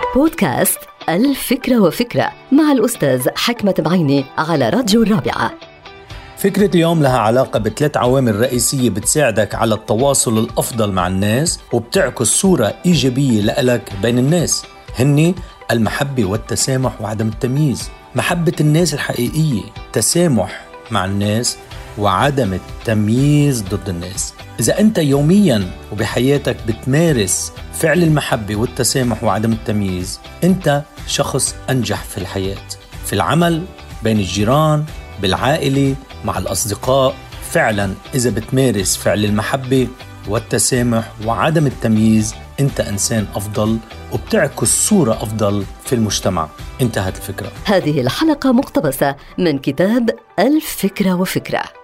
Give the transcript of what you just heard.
بودكاست الفكرة وفكرة مع الأستاذ حكمة بعيني على راديو الرابعة. فكرة اليوم لها علاقة ب3 عوامل رئيسية بتساعدك على التواصل الأفضل مع الناس وبتعكس صورة إيجابية لك بين الناس. هني المحبة والتسامح وعدم التمييز. محبة الناس الحقيقية، تسامح مع الناس، وعدم التمييز ضد الناس. إذا أنت يومياً وبحياتك بتمارس فعل المحبة والتسامح وعدم التمييز، أنت شخص أنجح في الحياة، في العمل، بين الجيران، بالعائلة، مع الأصدقاء. فعلاً إذا بتمارس فعل المحبة والتسامح وعدم التمييز، أنت إنسان أفضل وبتعكس صورة أفضل في المجتمع. انتهت الفكرة. هذه الحلقة مقتبسة من كتاب الفكرة وفكرة.